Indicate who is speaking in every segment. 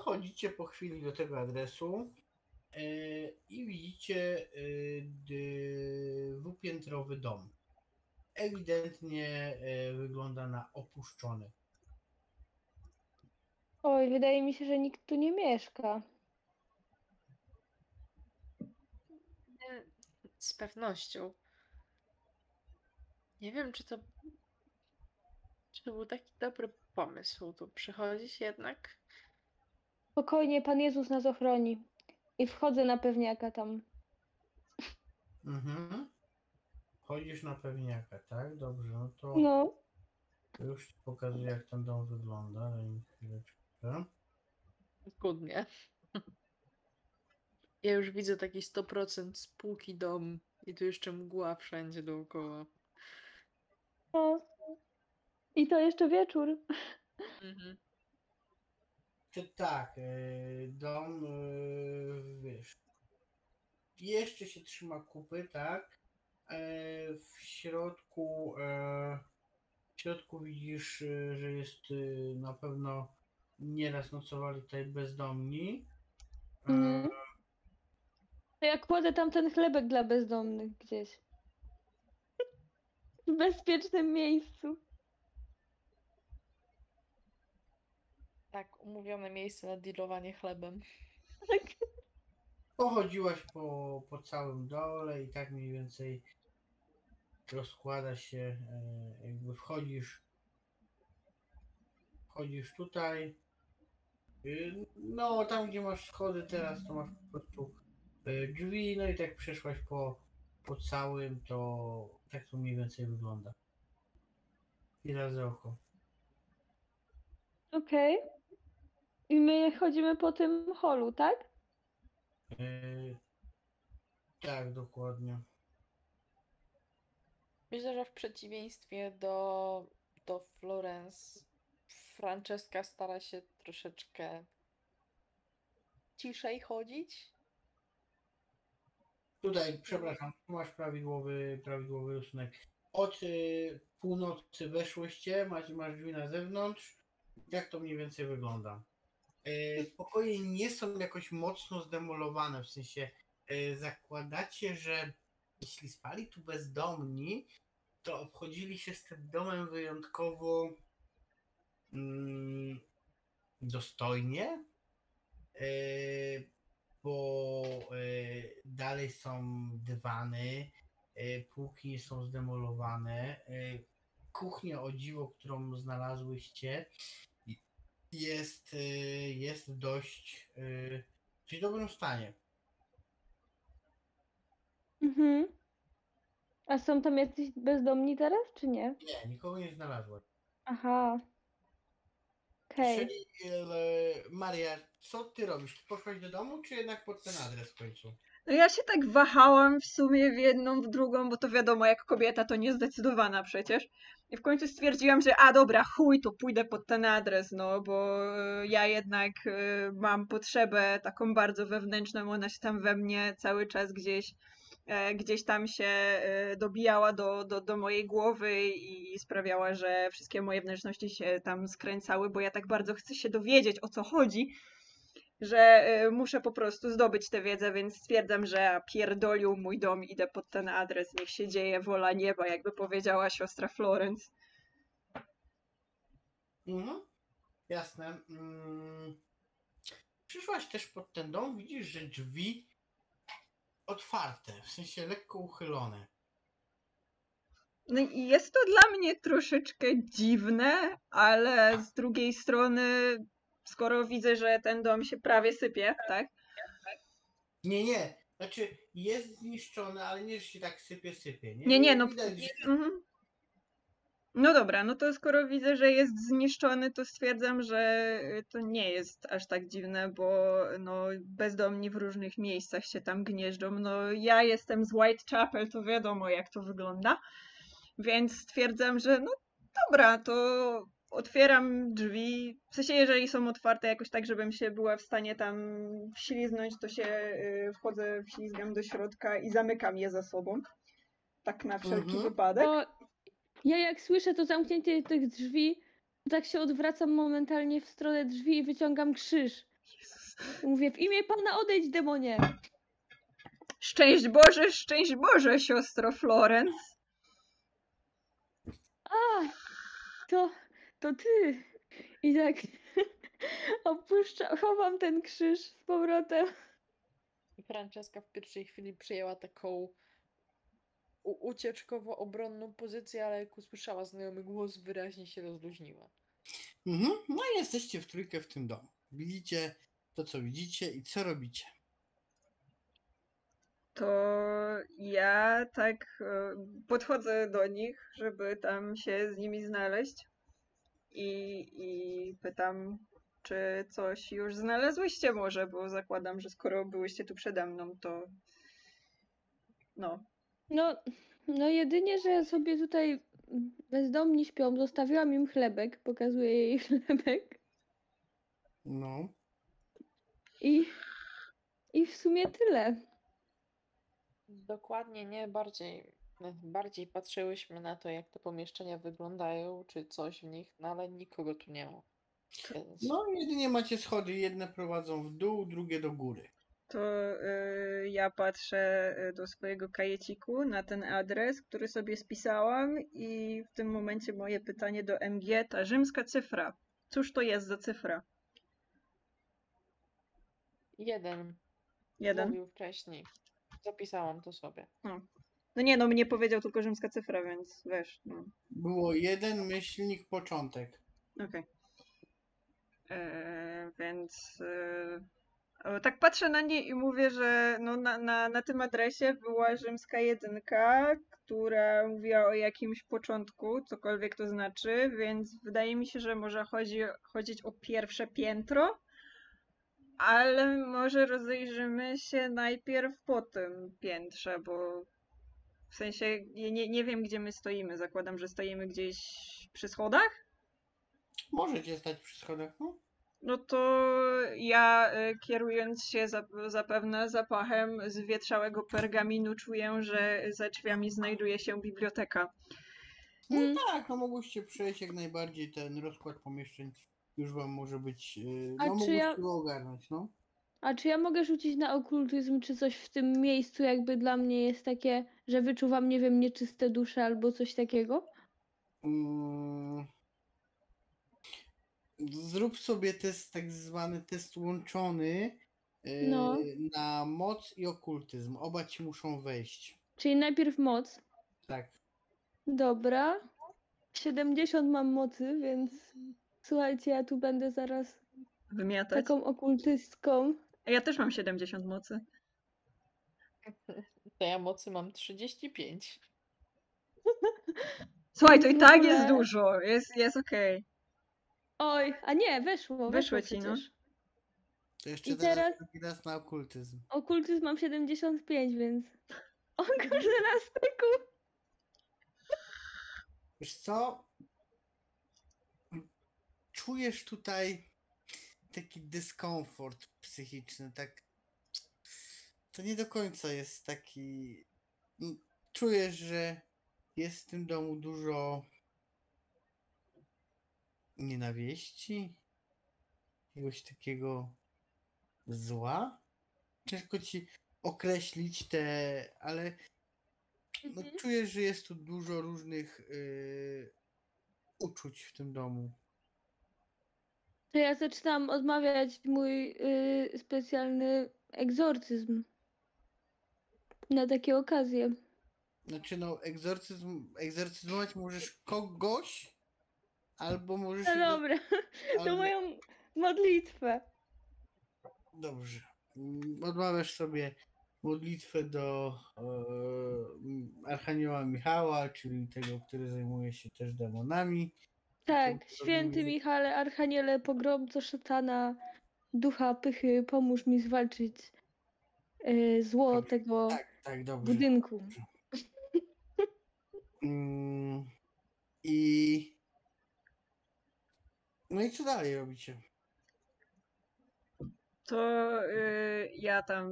Speaker 1: dochodzicie po chwili do tego adresu i widzicie dwupiętrowy dom. Ewidentnie wygląda na opuszczony.
Speaker 2: Oj, wydaje mi się, że nikt tu nie mieszka.
Speaker 3: Z pewnością. Nie wiem, czy to był taki dobry pomysł tu przychodzić jednak.
Speaker 2: Spokojnie, Pan Jezus nas ochroni. I wchodzę na pewniaka tam.
Speaker 1: Mhm. Chodzisz na pewniaka, tak? Dobrze, no to
Speaker 2: No,
Speaker 1: już ci pokazuję, jak ten dom wygląda. Daj mi chwileczkę.
Speaker 3: Zgodnie. Ja już widzę taki 100% spółki dom i tu jeszcze mgła wszędzie dookoła.
Speaker 2: no. I to jeszcze wieczór.
Speaker 3: Mhm.
Speaker 1: Czy tak, dom, wiesz, jeszcze się trzyma kupy, tak? W środku widzisz, że jest na pewno nieraz nocowali tutaj bezdomni.
Speaker 2: Mhm. To ja kładę tam ten chlebek dla bezdomnych gdzieś. W bezpiecznym miejscu.
Speaker 3: Tak, umówione miejsce na dealowanie chlebem.
Speaker 2: Tak.
Speaker 1: Pochodziłaś po całym dole i tak mniej więcej rozkłada się, jakby wchodzisz tutaj. No, tam gdzie masz schody teraz, to masz po prostu drzwi, no i tak przeszłaś po całym, to tak to mniej więcej wygląda. I razy oko.
Speaker 2: Okej. I my chodzimy po tym holu, tak?
Speaker 1: Tak, dokładnie.
Speaker 3: Myślę, że w przeciwieństwie do Florence, Franceska stara się troszeczkę ciszej chodzić.
Speaker 1: Tutaj, przepraszam, tu masz prawidłowy rysunek. Od północy weszłyście, masz drzwi na zewnątrz. Jak to mniej więcej wygląda? Pokoje nie są jakoś mocno zdemolowane, w sensie zakładacie, że jeśli spali tu bezdomni, to obchodzili się z tym domem wyjątkowo dostojnie, bo dalej są dywany, półki nie są zdemolowane, kuchnia, o dziwo, którą znalazłyście, jest dość w dobrym stanie.
Speaker 2: Mhm. A są tam jacyś bezdomni teraz, czy nie?
Speaker 1: Nie, nikogo nie znalazłem.
Speaker 2: Aha. Okej.
Speaker 1: Czyli Maria, co ty robisz? Ty poszłaś do domu, czy jednak pod ten adres w końcu?
Speaker 4: No ja się tak wahałam w sumie w jedną, w drugą, bo to wiadomo, jak kobieta to niezdecydowana przecież. I w końcu stwierdziłam, że dobra, chuj, to pójdę pod ten adres, no bo ja jednak mam potrzebę taką bardzo wewnętrzną, ona się tam we mnie cały czas gdzieś tam się dobijała do mojej głowy i sprawiała, że wszystkie moje wnętrzności się tam skręcały, bo ja tak bardzo chcę się dowiedzieć, o co chodzi, że muszę po prostu zdobyć tę wiedzę, więc stwierdzam, że pierdolił mój dom, idę pod ten adres, niech się dzieje wola nieba, jakby powiedziała siostra Florence.
Speaker 1: Mhm. Jasne. Przyszłaś też pod ten dom, widzisz, że drzwi otwarte, w sensie lekko uchylone.
Speaker 4: No i jest to dla mnie troszeczkę dziwne, ale z drugiej strony, skoro widzę, że ten dom się prawie sypie, tak?
Speaker 1: Nie. Znaczy, jest zniszczony, ale nie, że się tak sypie, nie?
Speaker 4: Nie, no.
Speaker 1: Widać, że...
Speaker 4: No dobra, no to skoro widzę, że jest zniszczony, to stwierdzam, że to nie jest aż tak dziwne, bo no, bezdomni w różnych miejscach się tam gnieżdżą. No ja jestem z Whitechapel, to wiadomo jak to wygląda, więc stwierdzam, że no dobra, to otwieram drzwi, w sensie jeżeli są otwarte jakoś tak, żebym się była w stanie tam wśliznąć, to się wchodzę, wślizgam do środka i zamykam je za sobą. Tak na wszelki wypadek.
Speaker 2: To ja jak słyszę to zamknięcie tych drzwi, to tak się odwracam momentalnie w stronę drzwi i wyciągam krzyż. Mówię, w imię Pana odejdź, demonie.
Speaker 4: Szczęść Boże, siostro Florence.
Speaker 2: A, to ty. I tak chowam ten krzyż z powrotem.
Speaker 3: Franceska w pierwszej chwili przyjęła taką ucieczkowo-obronną pozycję, ale jak usłyszała znajomy głos, wyraźnie się rozluźniła.
Speaker 1: No i jesteście w trójkę w tym domu. Widzicie to, co widzicie i co robicie.
Speaker 4: To ja tak podchodzę do nich, żeby tam się z nimi znaleźć i pytam, czy coś już znalazłyście może, bo zakładam, że skoro byłyście tu przede mną, to no.
Speaker 2: No jedynie, że sobie tutaj bezdomni śpią. Zostawiłam im chlebek. Pokazuję jej chlebek.
Speaker 1: No.
Speaker 2: I w sumie tyle.
Speaker 3: Dokładnie nie, bardziej patrzyłyśmy na to, jak te pomieszczenia wyglądają, czy coś w nich, no ale nikogo tu nie ma. Więc...
Speaker 1: No, jedynie macie schody. Jedne prowadzą w dół, drugie do góry.
Speaker 4: To ja patrzę do swojego kajeciku na ten adres, który sobie spisałam i w tym momencie moje pytanie do MG, ta rzymska cyfra. Cóż to jest za cyfra?
Speaker 3: Jeden.
Speaker 4: Jeden?
Speaker 3: Mówił wcześniej. Zapisałam to sobie.
Speaker 4: No nie, no mnie powiedział tylko rzymska cyfra, więc wiesz, no.
Speaker 1: Było jeden myślnik początek.
Speaker 4: Okej. Więc tak patrzę na nie i mówię, że no na tym adresie była rzymska jedynka, która mówiła o jakimś początku, cokolwiek to znaczy, więc wydaje mi się, że może chodzić o pierwsze piętro, ale może rozejrzymy się najpierw po tym piętrze, bo w sensie nie wiem, gdzie my stoimy. Zakładam, że stoimy gdzieś przy schodach?
Speaker 1: Możecie stać przy schodach, no?
Speaker 4: No to ja, kierując się zapewne zapachem zwietrzałego pergaminu, czuję, że za drzwiami znajduje się biblioteka.
Speaker 1: No tak, no mogłyście przejść jak najbardziej. Ten rozkład pomieszczeń już wam może być...
Speaker 2: A
Speaker 1: no
Speaker 2: czy
Speaker 1: mogłyście
Speaker 2: ja-
Speaker 1: go ogarnąć, no.
Speaker 2: A czy ja mogę rzucić na okultyzm, czy coś w tym miejscu jakby dla mnie jest takie, że wyczuwam, nie wiem, nieczyste dusze albo coś takiego?
Speaker 1: Mm. Zrób sobie test, tak zwany test łączony
Speaker 2: No.
Speaker 1: na moc i okultyzm. Oba ci muszą wejść.
Speaker 2: Czyli najpierw moc.
Speaker 1: Tak.
Speaker 2: Dobra. 70 mam mocy, więc słuchajcie, ja tu będę zaraz
Speaker 4: Wymiatać.
Speaker 2: taką okultystką.
Speaker 4: A ja też mam 70 mocy.
Speaker 3: To ja mocy mam 35.
Speaker 4: Słuchaj, to i
Speaker 2: W
Speaker 4: tak
Speaker 2: ogóle-
Speaker 4: jest dużo. Jest okej.
Speaker 2: Oj, a nie, weszło
Speaker 4: Wyszło ci, no.
Speaker 2: przecież.
Speaker 1: To jeszcze
Speaker 2: I
Speaker 1: teraz
Speaker 2: teraz-
Speaker 1: drugi raz na okultyzm.
Speaker 2: Okultyzm mam 75, więc... O kurde, na styku!
Speaker 1: Wiesz co? Czujesz tutaj taki dyskomfort psychiczny, tak. To nie do końca jest taki. Czujesz, że jest w tym domu dużo nienawiści, jakiegoś takiego zła. Ciężko ci określić ale no,
Speaker 2: Mhm.
Speaker 1: czujesz, że jest tu dużo różnych uczuć w tym domu.
Speaker 2: To ja zaczynam odmawiać mój specjalny egzorcyzm. Na takie okazje.
Speaker 1: Znaczy no, egzorcyzować możesz kogoś, albo możesz...
Speaker 2: No dobra, to
Speaker 1: albo-
Speaker 2: moją modlitwę.
Speaker 1: Dobrze. Odmawiasz sobie modlitwę do Archanioła Michała, czyli tego, który zajmuje się też demonami.
Speaker 2: Tak,
Speaker 1: To
Speaker 2: święty
Speaker 1: robimy-
Speaker 2: Michale, Archaniele, pogromco szatana, ducha pychy, pomóż mi zwalczyć zło
Speaker 1: Dobrze.
Speaker 2: tego
Speaker 1: Tak, dobrze.
Speaker 2: budynku.
Speaker 1: I... No i co dalej robicie?
Speaker 4: To ja tam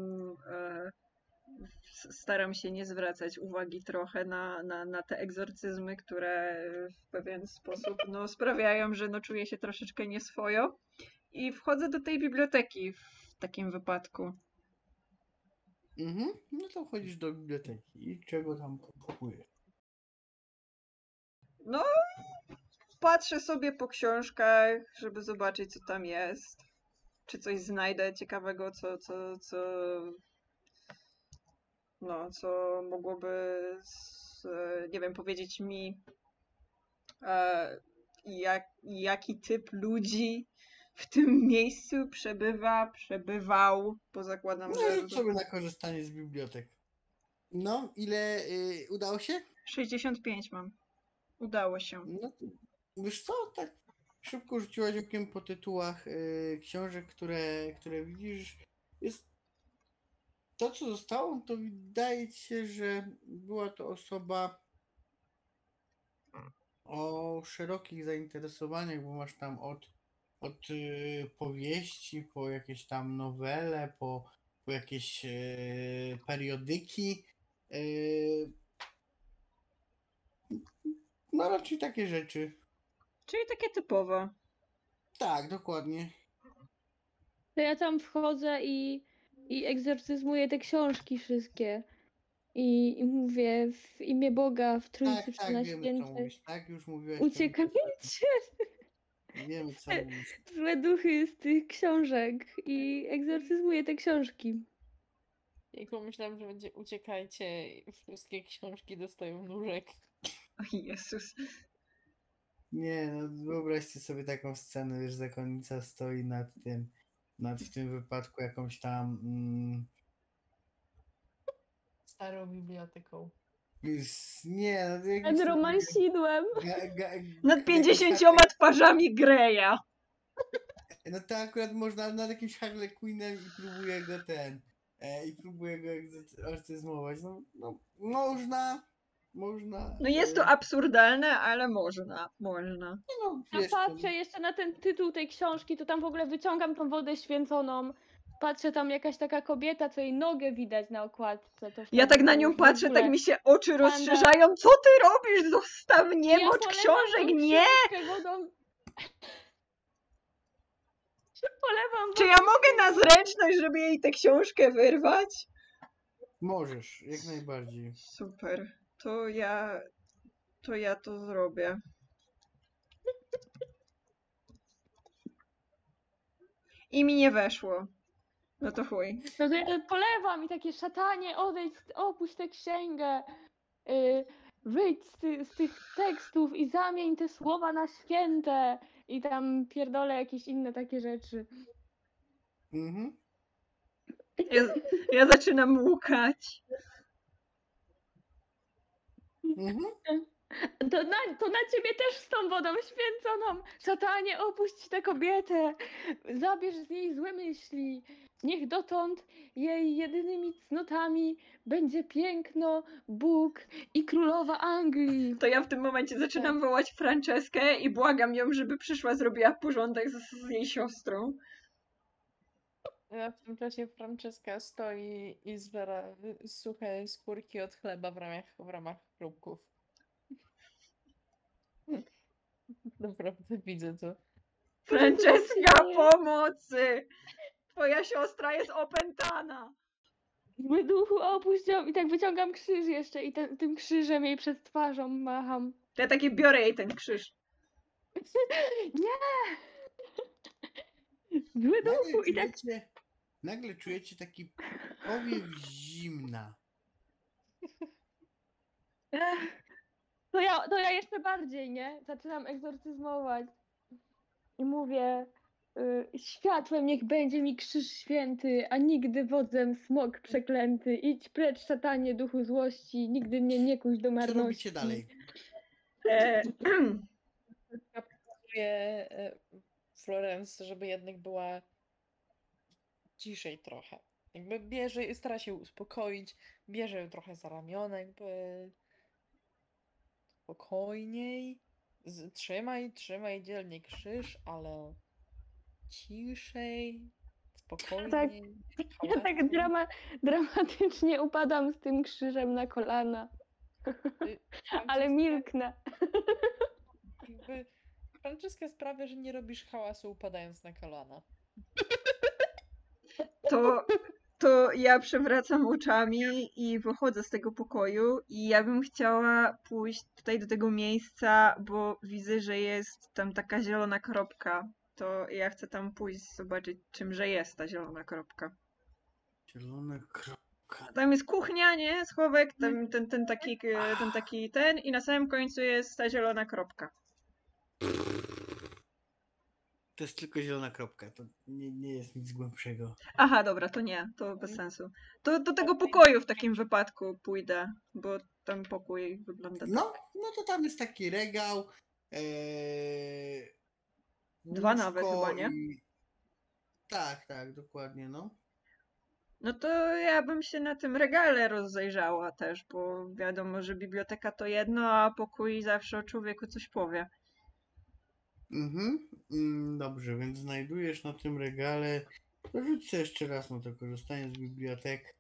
Speaker 4: staram się nie zwracać uwagi trochę na te egzorcyzmy, które w pewien sposób no, sprawiają, że no, czuję się troszeczkę nieswojo. I wchodzę do tej biblioteki. W takim wypadku?
Speaker 1: No to wchodzisz do biblioteki i czego tam kupujesz?
Speaker 4: No, patrzę sobie po książkach, żeby zobaczyć, co tam jest. Czy coś znajdę ciekawego, co mogłoby, nie wiem, powiedzieć mi, jaki typ ludzi w tym miejscu przebywał, bo zakładam,
Speaker 1: No
Speaker 4: że
Speaker 1: rzuć sobie na korzystanie z bibliotek. No, ile udało się?
Speaker 4: 65 mam. Udało się.
Speaker 1: No, wiesz co, tak szybko rzuciłaś okiem po tytułach książek, które widzisz. Jest to, co zostało, to wydaje ci się, że była to osoba o szerokich zainteresowaniach, bo masz tam od powieści, po jakieś tam nowele, po jakieś periodyki. No raczej takie rzeczy.
Speaker 4: Czyli takie typowe.
Speaker 1: Tak, dokładnie.
Speaker 2: To ja tam wchodzę i egzorcyzmuję te książki wszystkie. I mówię w imię Boga, w Trójcy czy na
Speaker 1: Wiemy co
Speaker 2: Świętej.
Speaker 1: mówisz, tak? Już mówiłeś. to
Speaker 2: Uciekajcie!
Speaker 1: Wiemy co mówisz.
Speaker 2: Złe duchy z tych książek i egzorcyzmuję te książki.
Speaker 3: Jak pomyślałam, że będzie uciekajcie i wszystkie książki dostają nóżek.
Speaker 4: O Jezus.
Speaker 1: Nie, no wyobraźcie sobie taką scenę, wiesz, zakonnica stoi w tym wypadku jakąś tam
Speaker 3: Starą biblioteką.
Speaker 1: nie, no jakimś
Speaker 2: Nad
Speaker 1: tam,
Speaker 2: romansidłem.
Speaker 4: Nad 50 twarzami Greya.
Speaker 1: No to akurat można nad jakimś Harley Quinnem i próbuje go i próbuje go egzorcyzmować. No można.
Speaker 4: No jest to absurdalne, ale można.
Speaker 1: No,
Speaker 2: A
Speaker 1: wiesz,
Speaker 2: patrzę jeszcze na ten tytuł tej książki, to tam w ogóle wyciągam tą wodę święconą. Patrzę tam jakaś taka kobieta, co jej nogę widać na okładce. To
Speaker 4: Ja tak na nią
Speaker 2: w
Speaker 4: patrzę,
Speaker 2: ogóle.
Speaker 4: tak mi się oczy
Speaker 2: Panda.
Speaker 4: rozszerzają. Co ty robisz? Zostaw mnie,
Speaker 2: Ja
Speaker 4: mocz
Speaker 2: polewam
Speaker 4: książek,
Speaker 2: tą
Speaker 4: nie!
Speaker 2: książkę wodą. Polewam
Speaker 4: Czy ja mogę na zręczność, żeby jej tę książkę wyrwać?
Speaker 1: możesz, jak najbardziej.
Speaker 4: Super. To ja to zrobię. I mi nie weszło. No to chuj.
Speaker 2: No to ja polewam i takie szatanie, odejdź, opuść tę księgę. Wyjdź z tych tekstów i zamień te słowa na święte. I tam pierdolę jakieś inne takie rzeczy.
Speaker 1: Mhm.
Speaker 4: Ja zaczynam łukać.
Speaker 1: Mhm.
Speaker 2: To na ciebie też z tą wodą święconą. Szatanie, opuść tę kobietę. Zabierz z niej złe myśli. Niech dotąd jej jedynymi cnotami będzie piękno, Bóg i królowa Anglii.
Speaker 4: To ja w tym momencie zaczynam wołać Franceskę i błagam ją, żeby przyszła, zrobiła porządek z jej siostrą.
Speaker 3: A w tym czasie Franceska stoi i zbiera suche skórki od chleba w ramach chrupków. Naprawdę widzę to.
Speaker 4: Franceska, pomocy! Twoja siostra jest opętana!
Speaker 2: Zły duchu, opuść ją. I tak wyciągam krzyż jeszcze i tym krzyżem jej przed twarzą macham.
Speaker 4: To ja takie biorę jej ten krzyż.
Speaker 2: Nie! Zły duchu i tak...
Speaker 1: Nagle czujecie taki powiew zimna.
Speaker 2: To ja jeszcze bardziej, nie? Zaczynam egzorcyzmować. I mówię, światłem niech będzie mi krzyż święty, a nigdy wodzem smok przeklęty. Idź precz, szatanie, duchu złości, nigdy mnie nie kuś do
Speaker 1: Co
Speaker 2: marności.
Speaker 1: robicie dalej?
Speaker 3: Pokazuje Florence, żeby jednak była ciszej trochę. Jakby bierze, stara się uspokoić, bierze ją trochę za ramiona, jakby spokojniej. Trzymaj dzielnie krzyż, ale ciszej, spokojniej.
Speaker 2: Ja tak dramatycznie upadam z tym krzyżem na kolana, ale milknę.
Speaker 3: Jakby Franceska sprawia, że nie robisz hałasu upadając na kolana.
Speaker 4: to ja przewracam oczami i wychodzę z tego pokoju i ja bym chciała pójść tutaj do tego miejsca, bo widzę, że jest tam taka zielona kropka. To ja chcę tam pójść, zobaczyć, czymże jest ta zielona kropka.
Speaker 1: Zielona kropka.
Speaker 4: Tam jest kuchnia, nie? Schowek, ten i na samym końcu jest ta zielona kropka.
Speaker 1: To jest tylko zielona kropka, to nie jest nic głębszego.
Speaker 4: Aha, dobra, to nie, to bez sensu. To do tego pokoju w takim wypadku pójdę, bo ten pokój wygląda tak.
Speaker 1: No to tam jest taki regał.
Speaker 4: Dwa nawet
Speaker 1: łóżko
Speaker 4: chyba, nie?
Speaker 1: Tak, dokładnie, no.
Speaker 4: No to ja bym się na tym regale rozejrzała też, bo wiadomo, że biblioteka to jedno, a pokój zawsze o człowieku coś powie.
Speaker 1: Dobrze, więc znajdujesz na tym regale. Rzuć sobie jeszcze raz na to korzystanie z bibliotek.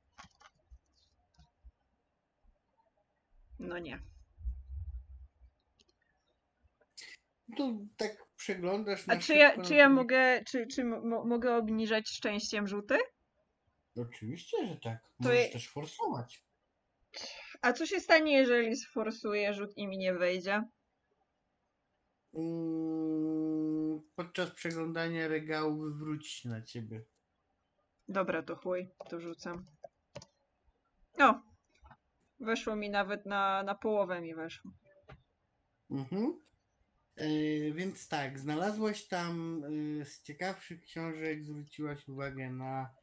Speaker 4: No nie.
Speaker 1: To tak przeglądasz
Speaker 4: A
Speaker 1: na
Speaker 4: czy ja
Speaker 1: szybko,
Speaker 4: mogę, mogę obniżać szczęściem rzuty?
Speaker 1: Oczywiście, że tak.
Speaker 4: To
Speaker 1: Możesz
Speaker 4: je-
Speaker 1: też forsować.
Speaker 4: A co się stanie, jeżeli sforsuję rzut i mi nie wejdzie?
Speaker 1: Podczas przeglądania regału wywróci się na ciebie.
Speaker 4: Dobra, to chuj, to rzucam. O! Weszło mi nawet na połowę mi weszło.
Speaker 1: Więc tak, znalazłaś tam z ciekawszych książek, zwróciłaś uwagę na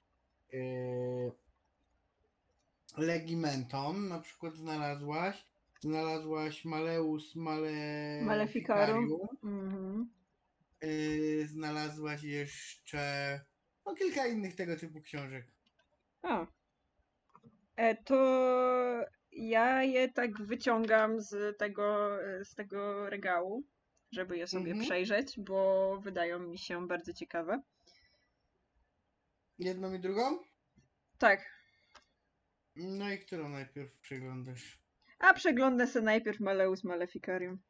Speaker 1: Legimenton, na przykład znalazłaś Malleus Maleficarium,
Speaker 4: Mhm.
Speaker 1: znalazłaś jeszcze kilka innych tego typu książek.
Speaker 4: O. To ja je tak wyciągam z tego regału, żeby je sobie przejrzeć, bo wydają mi się bardzo ciekawe.
Speaker 1: Jedną i drugą?
Speaker 4: Tak.
Speaker 1: No i którą najpierw przeglądasz?
Speaker 4: A przeglądnę sobie najpierw Malleus Maleficarium.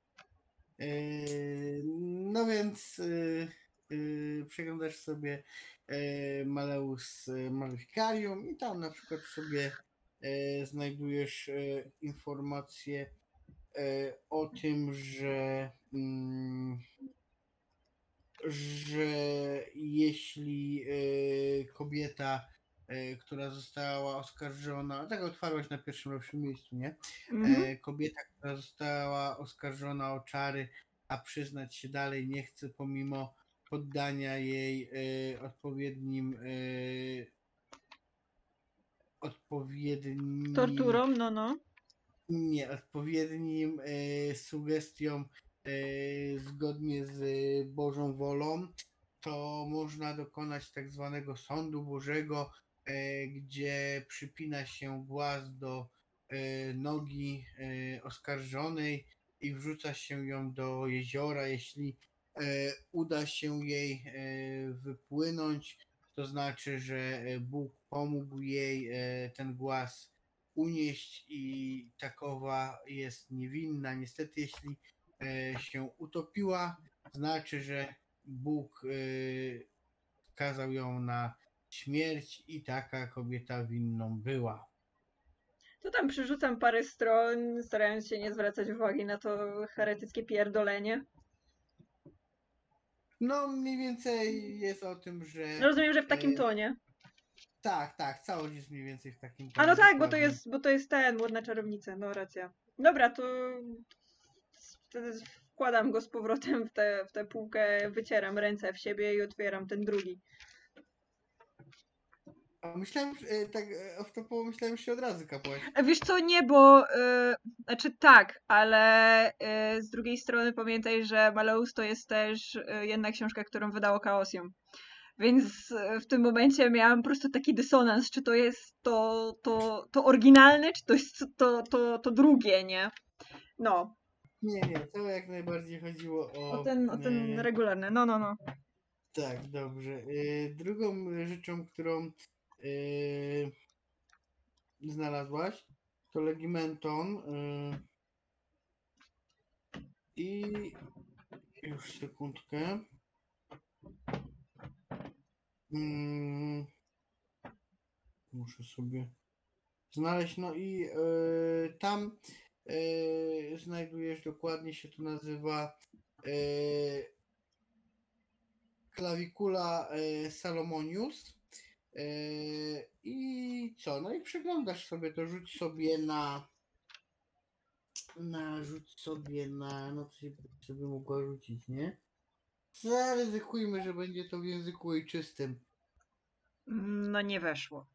Speaker 1: No więc przeglądasz sobie Malleus Maleficarium i tam na przykład sobie znajdujesz informacje o tym, że jeśli kobieta, która została oskarżona, tak otwarłaś na pierwszym lepszym miejscu, nie? Kobieta, która została oskarżona o czary, a przyznać się dalej nie chce pomimo poddania jej odpowiednim
Speaker 4: Torturą, no.
Speaker 1: nie, odpowiednim sugestiom zgodnie z Bożą wolą, to można dokonać tak zwanego sądu Bożego, gdzie przypina się głaz do nogi oskarżonej i wrzuca się ją do jeziora. Jeśli uda się jej wypłynąć, to znaczy, że Bóg pomógł jej ten głaz unieść i takowa jest niewinna. Niestety, jeśli się utopiła, znaczy, że Bóg skazał ją na śmierć i taka kobieta winną była.
Speaker 4: To tam przerzucam parę stron, starając się nie zwracać uwagi na to heretyckie pierdolenie.
Speaker 1: No, mniej więcej jest o tym, że...
Speaker 4: Rozumiem, że w takim tonie.
Speaker 1: Tak, całość jest mniej więcej w takim
Speaker 4: A
Speaker 1: tonie.
Speaker 4: no tak,
Speaker 1: dokładnie.
Speaker 4: bo to jest ten, Młodna Czarownica, no racja. Dobra, to wtedy wkładam go z powrotem w tę półkę, wycieram ręce w siebie i otwieram ten drugi.
Speaker 1: A myślałem, tak off-topowo myślałem, że się od razu kapłaś.
Speaker 4: Wiesz co, nie, bo znaczy tak, ale z drugiej strony pamiętaj, że Malleus to jest też jedna książka, którą wydało Chaosium. Więc w tym momencie miałam po prostu taki dysonans, czy to jest to oryginalne, czy to jest to drugie, nie? No.
Speaker 1: Nie, to jak najbardziej chodziło
Speaker 4: O ten regularny, no.
Speaker 1: Tak, dobrze. Drugą rzeczą, którą znalazłaś, to Legimenton i już sekundkę. muszę sobie znaleźć. No i tam znajdujesz, dokładnie się to nazywa klawikula Salomonius. I co? No i przeglądasz sobie to, rzuć sobie rzuć sobie no to się sobie mogła rzucić, nie? Zaryzykujmy, że będzie to w języku ojczystym.
Speaker 4: No nie weszło.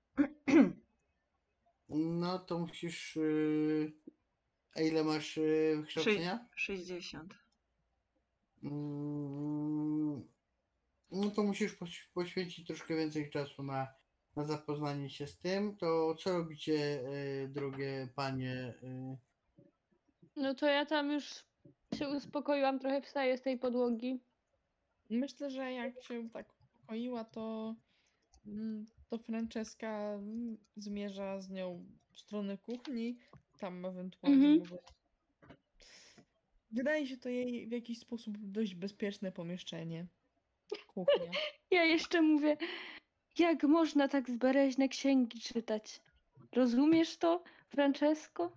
Speaker 1: No to musisz. A ile masz wykształcenia?
Speaker 4: 60.
Speaker 1: No to musisz poświęcić troszkę więcej czasu na zapoznanie się z tym. To co robicie, drogie panie?
Speaker 2: No to ja tam już się uspokoiłam, trochę wstaję z tej podłogi.
Speaker 3: Myślę, że jak się tak uspokoiła, to Franceska zmierza z nią w stronę kuchni. Tam ewentualnie
Speaker 2: Mhm.
Speaker 3: mogą. Wydaje się to jej w jakiś sposób dość bezpieczne pomieszczenie. Kuchnia.
Speaker 2: Ja jeszcze mówię, jak można tak zbereźne księgi czytać? Rozumiesz to, Francesco?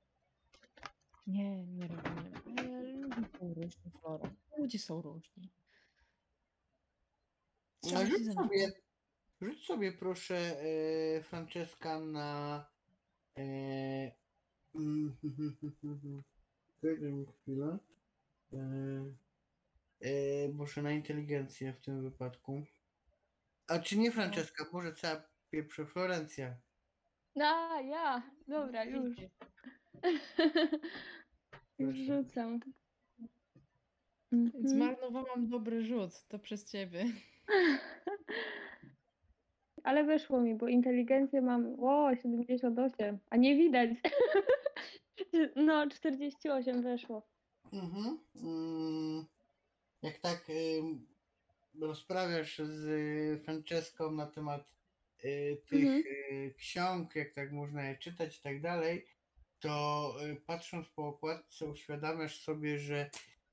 Speaker 3: Nie rozumiem. Ale ludzie są różni, Floro. Ludzie są różni. Trzeba się za nich.
Speaker 1: Rzuć sobie proszę, Franceska, na. Daj mi chwilę. Może na inteligencję w tym wypadku. A czy nie Franceska? Może cała pieprze Florencja.
Speaker 2: A, ja. Dobra, już. Już
Speaker 1: Proszę.
Speaker 2: rzucam. Mhm.
Speaker 3: Zmarnowałam dobry rzut, to przez ciebie.
Speaker 2: Ale weszło mi, bo inteligencję mam 78, a nie widać. No, 48 weszło.
Speaker 1: Mhm. Jak tak rozprawiasz z Franceską na temat tych
Speaker 2: Mhm.
Speaker 1: ksiąg, jak tak można je czytać i tak dalej, to patrząc po okładce uświadamiasz sobie, że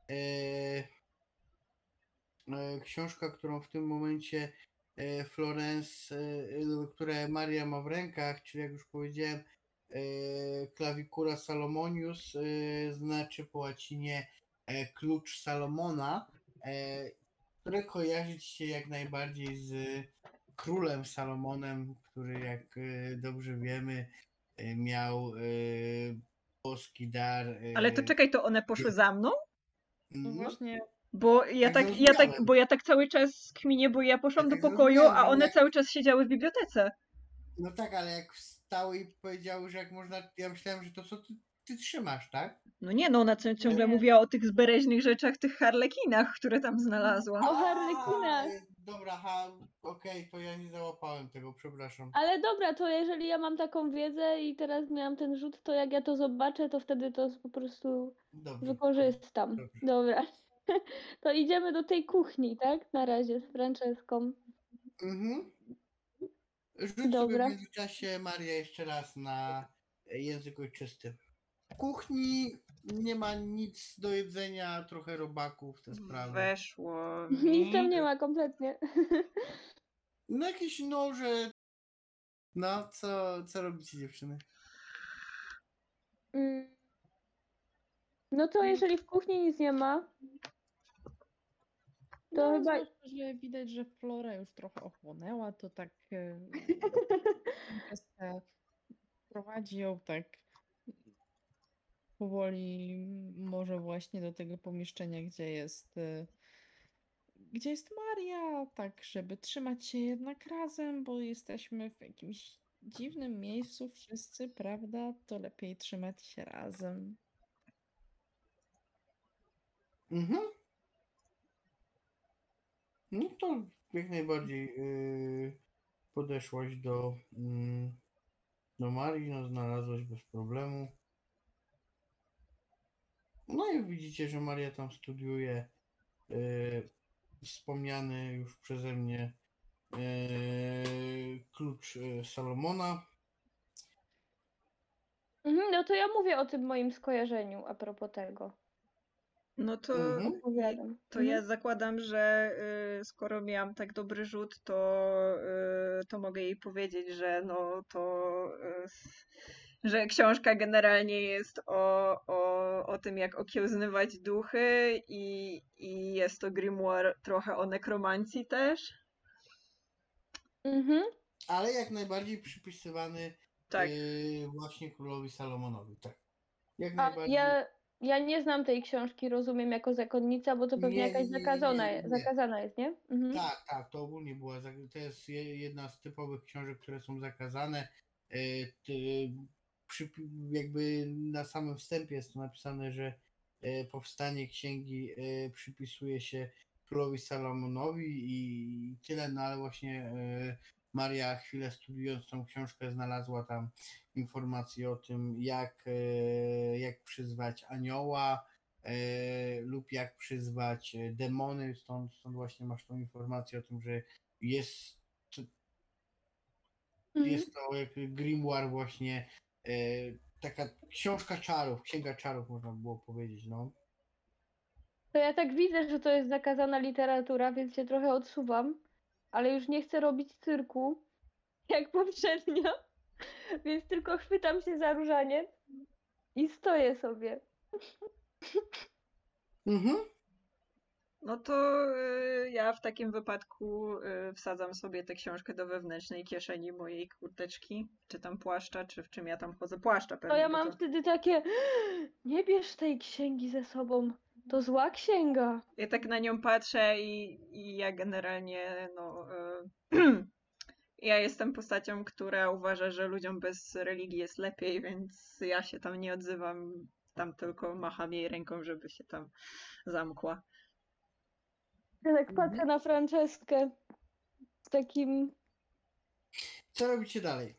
Speaker 1: książka, którą w tym momencie Florence, które Maria ma w rękach, czyli jak już powiedziałem, klawikula Salomonius, znaczy po łacinie klucz Salomona, które kojarzy ci się jak najbardziej z królem Salomonem, który, jak dobrze wiemy, miał boski dar.
Speaker 4: Ale to czekaj, to one poszły za mną?
Speaker 3: No
Speaker 1: No,
Speaker 3: właśnie,
Speaker 4: Bo
Speaker 1: zrozumiałem.
Speaker 4: ja tak cały czas kminię, bo ja poszłam
Speaker 1: Ja
Speaker 4: do
Speaker 1: tak
Speaker 4: pokoju,
Speaker 1: zrozumiałem,
Speaker 4: a
Speaker 1: ale
Speaker 4: one
Speaker 1: jak-
Speaker 4: cały czas siedziały w bibliotece.
Speaker 1: No tak, ale jak wstały i powiedziały, że jak można, ja myślałem, że to co ty trzymasz, tak?
Speaker 4: No nie, no ona ciągle
Speaker 2: Nie.
Speaker 4: mówiła o tych zbereźnych rzeczach, tych harlekinach, które tam znalazła.
Speaker 2: O harlekinach.
Speaker 1: Dobra, okej, to ja nie załapałem tego, przepraszam.
Speaker 2: Ale dobra, to jeżeli ja mam taką wiedzę i teraz miałam ten rzut, to jak ja to zobaczę, to wtedy to po prostu
Speaker 1: Dobrze.
Speaker 2: wykorzystam.
Speaker 1: Dobrze.
Speaker 2: Dobra. To idziemy do tej kuchni, tak? Na razie z Franceską.
Speaker 1: Mhm. Rzuć sobie w
Speaker 2: Dobra.
Speaker 1: międzyczasie, Maria, jeszcze raz na język ojczysty. W kuchni nie ma nic do jedzenia, trochę robaków, te sprawy.
Speaker 4: Weszło
Speaker 2: Nic tam
Speaker 4: mi.
Speaker 2: nie ma kompletnie.
Speaker 1: No jakieś noże. No, co robicie, dziewczyny?
Speaker 2: Mm. No to jeżeli w kuchni nic nie ma, to
Speaker 3: no,
Speaker 2: chyba...
Speaker 3: zwłaszcza, że widać, że Flora już trochę ochłonęła, to tak Franceska prowadzi ją tak powoli może właśnie do tego pomieszczenia, gdzie jest Maria, tak żeby trzymać się jednak razem, bo jesteśmy w jakimś dziwnym miejscu wszyscy, prawda? To lepiej trzymać się razem.
Speaker 1: Mhm. No to jak najbardziej podeszłaś do Marii, no znalazłaś bez problemu. No i widzicie, że Maria tam studiuje wspomniany już przeze mnie klucz Salomona.
Speaker 2: No to ja mówię o tym moim skojarzeniu a propos tego.
Speaker 4: No to,
Speaker 1: Mhm.
Speaker 2: Opowiadam.
Speaker 4: to ja zakładam, że skoro miałam tak dobry rzut, to mogę jej powiedzieć, że no to że książka generalnie jest o tym, jak okiełznywać duchy i jest to grimoire trochę o nekromancji też.
Speaker 2: Mhm.
Speaker 1: Ale jak najbardziej przypisywany
Speaker 4: Tak.
Speaker 1: właśnie królowi Salomonowi, tak. Jak
Speaker 2: A
Speaker 1: najbardziej.
Speaker 2: ja nie znam tej książki, rozumiem, jako zakonnica, bo to pewnie
Speaker 1: Nie,
Speaker 2: jakaś
Speaker 1: nie.
Speaker 2: zakazana jest, nie? Mhm.
Speaker 1: Tak, tak, to ogólnie była, to jest jedna z typowych książek, które są zakazane. Jakby na samym wstępie jest to napisane, że powstanie księgi przypisuje się królowi Salomonowi i tyle, no ale właśnie Maria chwilę studiując tą książkę znalazła tam informacje o tym, jak przyzwać anioła, lub jak przyzwać demony, stąd właśnie masz tą informację o tym, że jest,
Speaker 2: Mhm.
Speaker 1: jest to jak grimoire właśnie, taka książka czarów, księga czarów można było powiedzieć, no.
Speaker 2: To ja tak widzę, że to jest zakazana literatura, więc się trochę odsuwam, ale już nie chcę robić cyrku, jak poprzednio, więc tylko chwytam się za różaniec i stoję sobie.
Speaker 1: Mhm.
Speaker 4: No to ja w takim wypadku wsadzam sobie tę książkę do wewnętrznej kieszeni mojej kurteczki, czy tam płaszcza, czy w czym ja tam chodzę. Płaszcza
Speaker 2: To
Speaker 4: pewnie,
Speaker 2: ja
Speaker 4: bo
Speaker 2: mam wtedy takie, nie bierz tej księgi ze sobą, to zła księga.
Speaker 4: ja tak na nią patrzę i ja generalnie, no... ja jestem postacią, która uważa, że ludziom bez religii jest lepiej, więc ja się tam nie odzywam, tam tylko macham jej ręką, żeby się tam zamkła.
Speaker 2: Ja tak patrzę na Franceskę z takim...
Speaker 1: Co robicie dalej?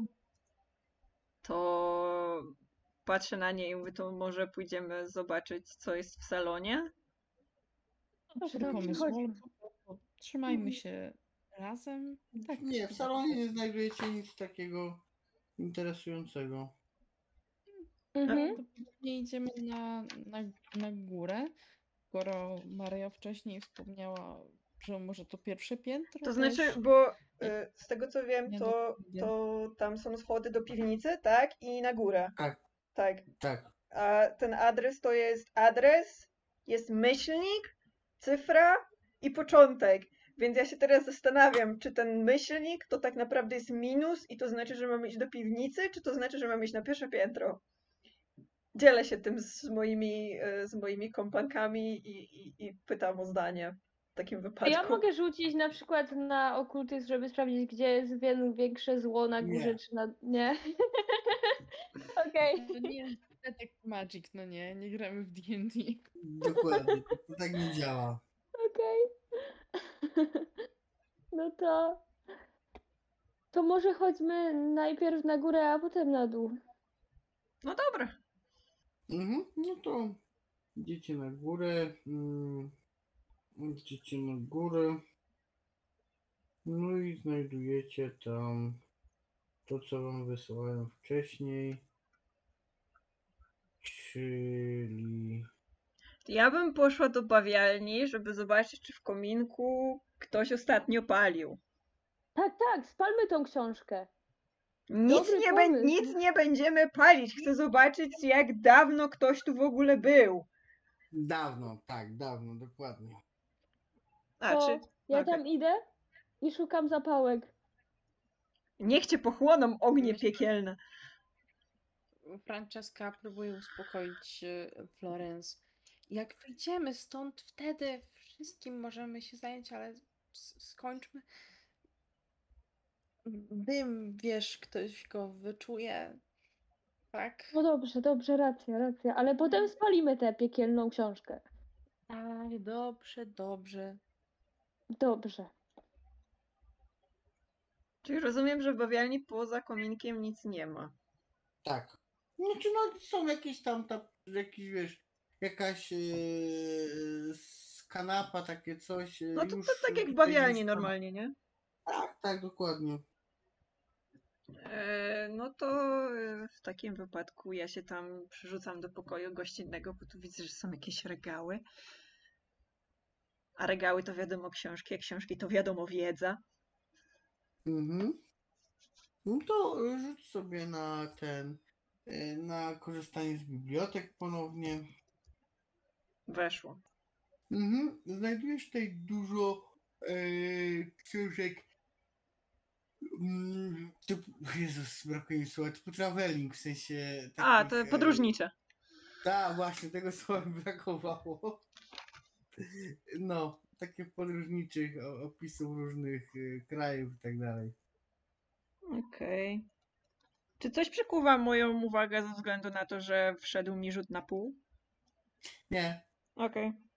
Speaker 4: To patrzę na nie i mówię, to może pójdziemy zobaczyć, co jest w salonie?
Speaker 2: Dobrze,
Speaker 3: Dobry
Speaker 2: dobrze,
Speaker 3: pomysł,
Speaker 2: chodź.
Speaker 3: ale po prostu trzymajmy się razem. Tak.
Speaker 1: Nie, w salonie nie znajdujecie nic takiego interesującego.
Speaker 2: Mhm.
Speaker 3: To pewnie idziemy na górę, skoro Maria wcześniej wspomniała, że może to pierwsze piętro
Speaker 4: To znaczy,
Speaker 3: też.
Speaker 4: bo z tego co wiem,
Speaker 3: Nie
Speaker 4: to tam są schody do piwnicy, tak? I na górę.
Speaker 1: Tak.
Speaker 4: Tak.
Speaker 1: Tak.
Speaker 4: A ten adres to jest adres, jest myślnik, cyfra i początek. Więc ja się teraz zastanawiam, czy ten myślnik to tak naprawdę jest minus i to znaczy, że mam iść do piwnicy, czy to znaczy, że mam iść na pierwsze piętro. Dzielę się tym z moimi kompankami i pytam o zdanie w takim
Speaker 2: Ja
Speaker 4: wypadku.
Speaker 2: mogę rzucić na przykład na okultyzm, żeby sprawdzić, gdzie jest większe zło na górze,
Speaker 1: Nie.
Speaker 2: czy na... Nie? Okej.
Speaker 3: To nie jest Detect Magic, no nie gramy w D&D.
Speaker 1: Dokładnie, to tak nie działa.
Speaker 2: Okej. No to... To może chodźmy najpierw na górę, a potem na dół.
Speaker 4: No dobra.
Speaker 1: Mhm. No to idziecie na górę. Idziecie na górę. No i znajdujecie tam to, co wam wysłałem wcześniej. Czyli...
Speaker 4: Ja bym poszła do bawialni, żeby zobaczyć, czy w kominku ktoś ostatnio palił.
Speaker 2: Tak, tak, spalmy tą książkę.
Speaker 4: Nic
Speaker 2: Dobry
Speaker 4: nie,
Speaker 2: pomysł.
Speaker 4: nic nie będziemy palić. Chcę zobaczyć, jak dawno ktoś tu w ogóle był.
Speaker 1: Dawno, tak, dawno, dokładnie.
Speaker 2: To ja
Speaker 4: okej.
Speaker 2: tam idę i szukam zapałek.
Speaker 4: Niech cię pochłoną ognie
Speaker 3: Myślę-
Speaker 4: piekielne.
Speaker 3: Franceska próbuje uspokoić Florence. Jak wyjdziemy stąd, wtedy wszystkim możemy się zająć, ale skończmy. Dym, wiesz, ktoś go wyczuje. Tak?
Speaker 2: No dobrze, racja. Ale potem spalimy tę piekielną książkę.
Speaker 3: Tak, dobrze.
Speaker 2: Dobrze.
Speaker 4: Czyli rozumiem, że w bawialni poza kominkiem nic nie ma.
Speaker 1: Tak. Znaczy, no są jakieś tam, jakiś, wiesz, jakaś kanapa, takie coś.
Speaker 4: No to
Speaker 1: już
Speaker 4: tak jak w
Speaker 1: tutaj
Speaker 4: bawialni
Speaker 1: gdzieś tam-
Speaker 4: normalnie, nie?
Speaker 1: Tak, tak, dokładnie.
Speaker 4: No to w takim wypadku ja się tam przerzucam do pokoju gościnnego, bo tu widzę, że są jakieś regały. A regały to wiadomo książki, a książki to wiadomo wiedza.
Speaker 1: Mhm. No to rzuć sobie na korzystanie z bibliotek ponownie.
Speaker 4: Weszło.
Speaker 1: Znajdujesz tutaj dużo książek. Jezus, brakuje mi słowa. Typu traveling, w sensie
Speaker 4: A,
Speaker 1: takich.
Speaker 4: te podróżnicze.
Speaker 1: Tak, właśnie, tego słowa mi brakowało. No, takich podróżniczych opisów różnych krajów i tak dalej.
Speaker 4: Okej. Czy coś przykuwa moją uwagę ze względu na to, że wszedł mi rzut na pół?
Speaker 1: Nie,
Speaker 4: Okej.